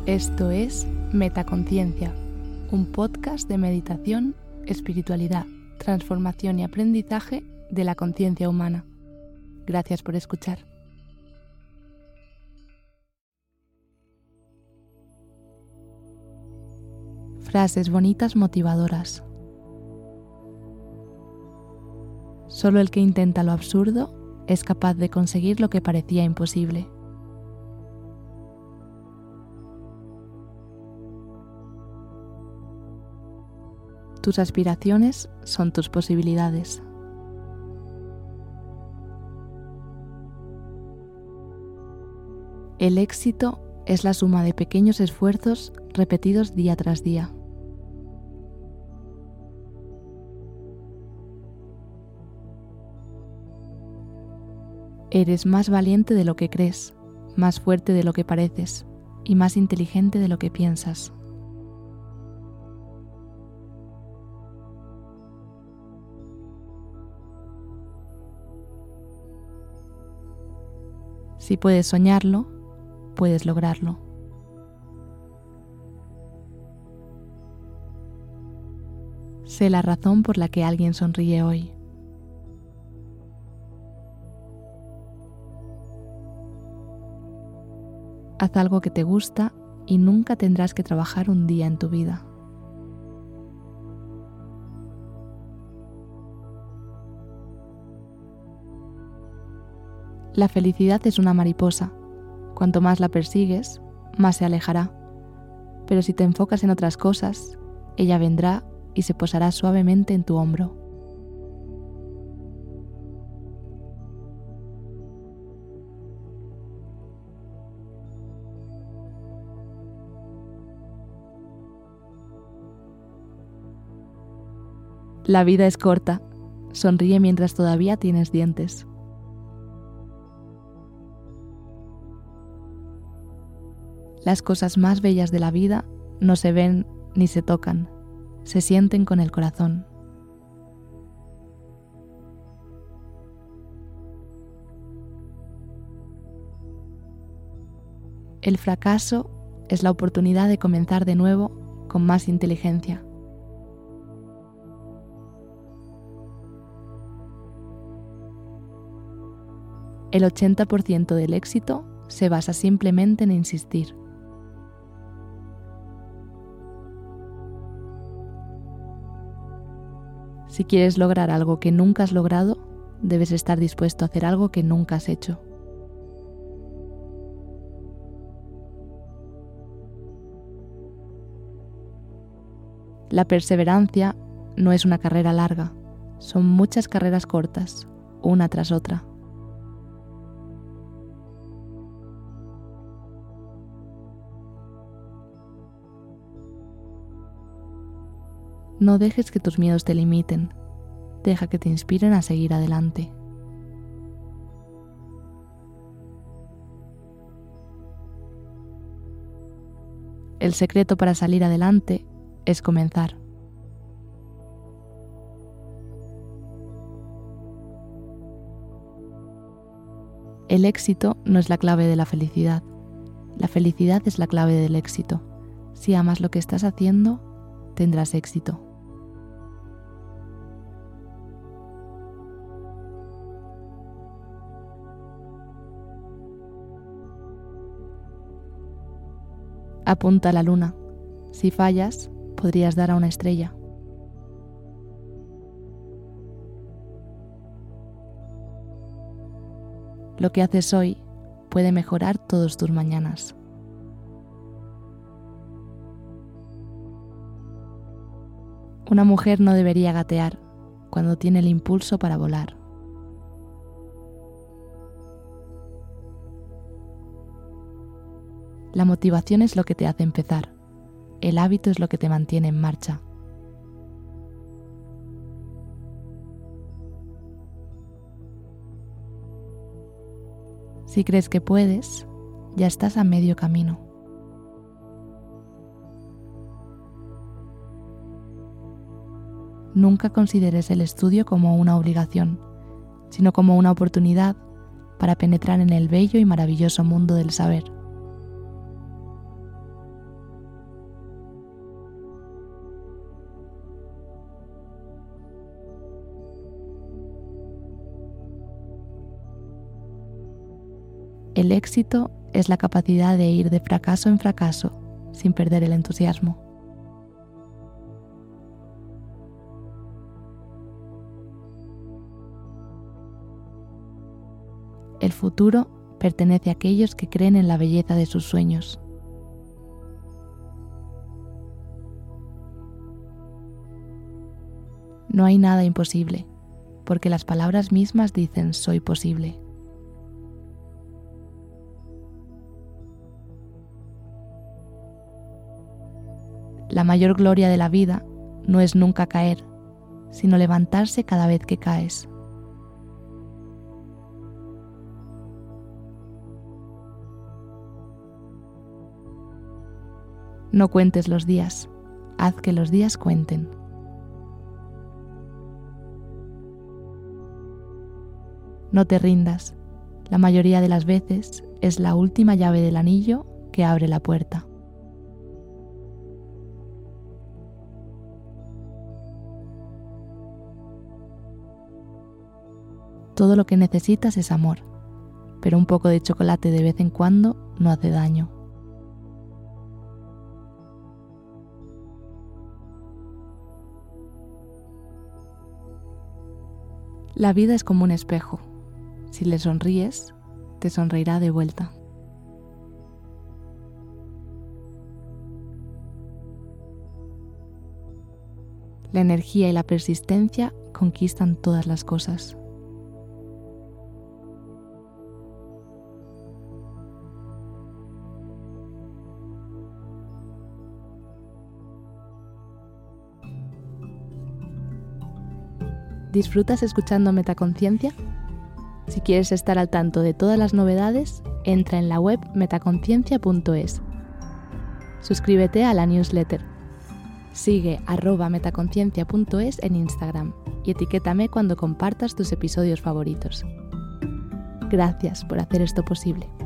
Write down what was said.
Esto es Metaconciencia, un podcast de meditación, espiritualidad, transformación y aprendizaje de la conciencia humana. Gracias por escuchar. Frases bonitas motivadoras. Solo el que intenta lo absurdo es capaz de conseguir lo que parecía imposible. Tus aspiraciones son tus posibilidades. El éxito es la suma de pequeños esfuerzos repetidos día tras día. Eres más valiente de lo que crees, más fuerte de lo que pareces y más inteligente de lo que piensas. Si puedes soñarlo, puedes lograrlo. Sé la razón por la que alguien sonríe hoy. Haz algo que te gusta y nunca tendrás que trabajar un día en tu vida. La felicidad es una mariposa. Cuanto más la persigues, más se alejará. Pero si te enfocas en otras cosas, ella vendrá y se posará suavemente en tu hombro. La vida es corta. Sonríe mientras todavía tienes dientes. Las cosas más bellas de la vida no se ven ni se tocan, se sienten con el corazón. El fracaso es la oportunidad de comenzar de nuevo con más inteligencia. El 80% del éxito se basa simplemente en insistir. Si quieres lograr algo que nunca has logrado, debes estar dispuesto a hacer algo que nunca has hecho. La perseverancia no es una carrera larga, son muchas carreras cortas, una tras otra. No dejes que tus miedos te limiten, deja que te inspiren a seguir adelante. El secreto para salir adelante es comenzar. El éxito no es la clave de la felicidad es la clave del éxito. Si amas lo que estás haciendo, tendrás éxito. Apunta a la luna. Si fallas, podrías dar a una estrella. Lo que haces hoy puede mejorar todos tus mañanas. Una mujer no debería gatear cuando tiene el impulso para volar. La motivación es lo que te hace empezar. El hábito es lo que te mantiene en marcha. Si crees que puedes, ya estás a medio camino. Nunca consideres el estudio como una obligación, sino como una oportunidad para penetrar en el bello y maravilloso mundo del saber. El éxito es la capacidad de ir de fracaso en fracaso sin perder el entusiasmo. El futuro pertenece a aquellos que creen en la belleza de sus sueños. No hay nada imposible, porque las palabras mismas dicen soy posible. La mayor gloria de la vida no es nunca caer, sino levantarse cada vez que caes. No cuentes los días, haz que los días cuenten. No te rindas, la mayoría de las veces es la última llave del anillo que abre la puerta. Todo lo que necesitas es amor, pero un poco de chocolate de vez en cuando no hace daño. La vida es como un espejo. Si le sonríes, te sonreirá de vuelta. La energía y la persistencia conquistan todas las cosas. ¿Disfrutas escuchando Metaconciencia? Si quieres estar al tanto de todas las novedades, entra en la web metaconciencia.es. Suscríbete a la newsletter. Sigue @metaconciencia.es en Instagram y etiquétame cuando compartas tus episodios favoritos. Gracias por hacer esto posible.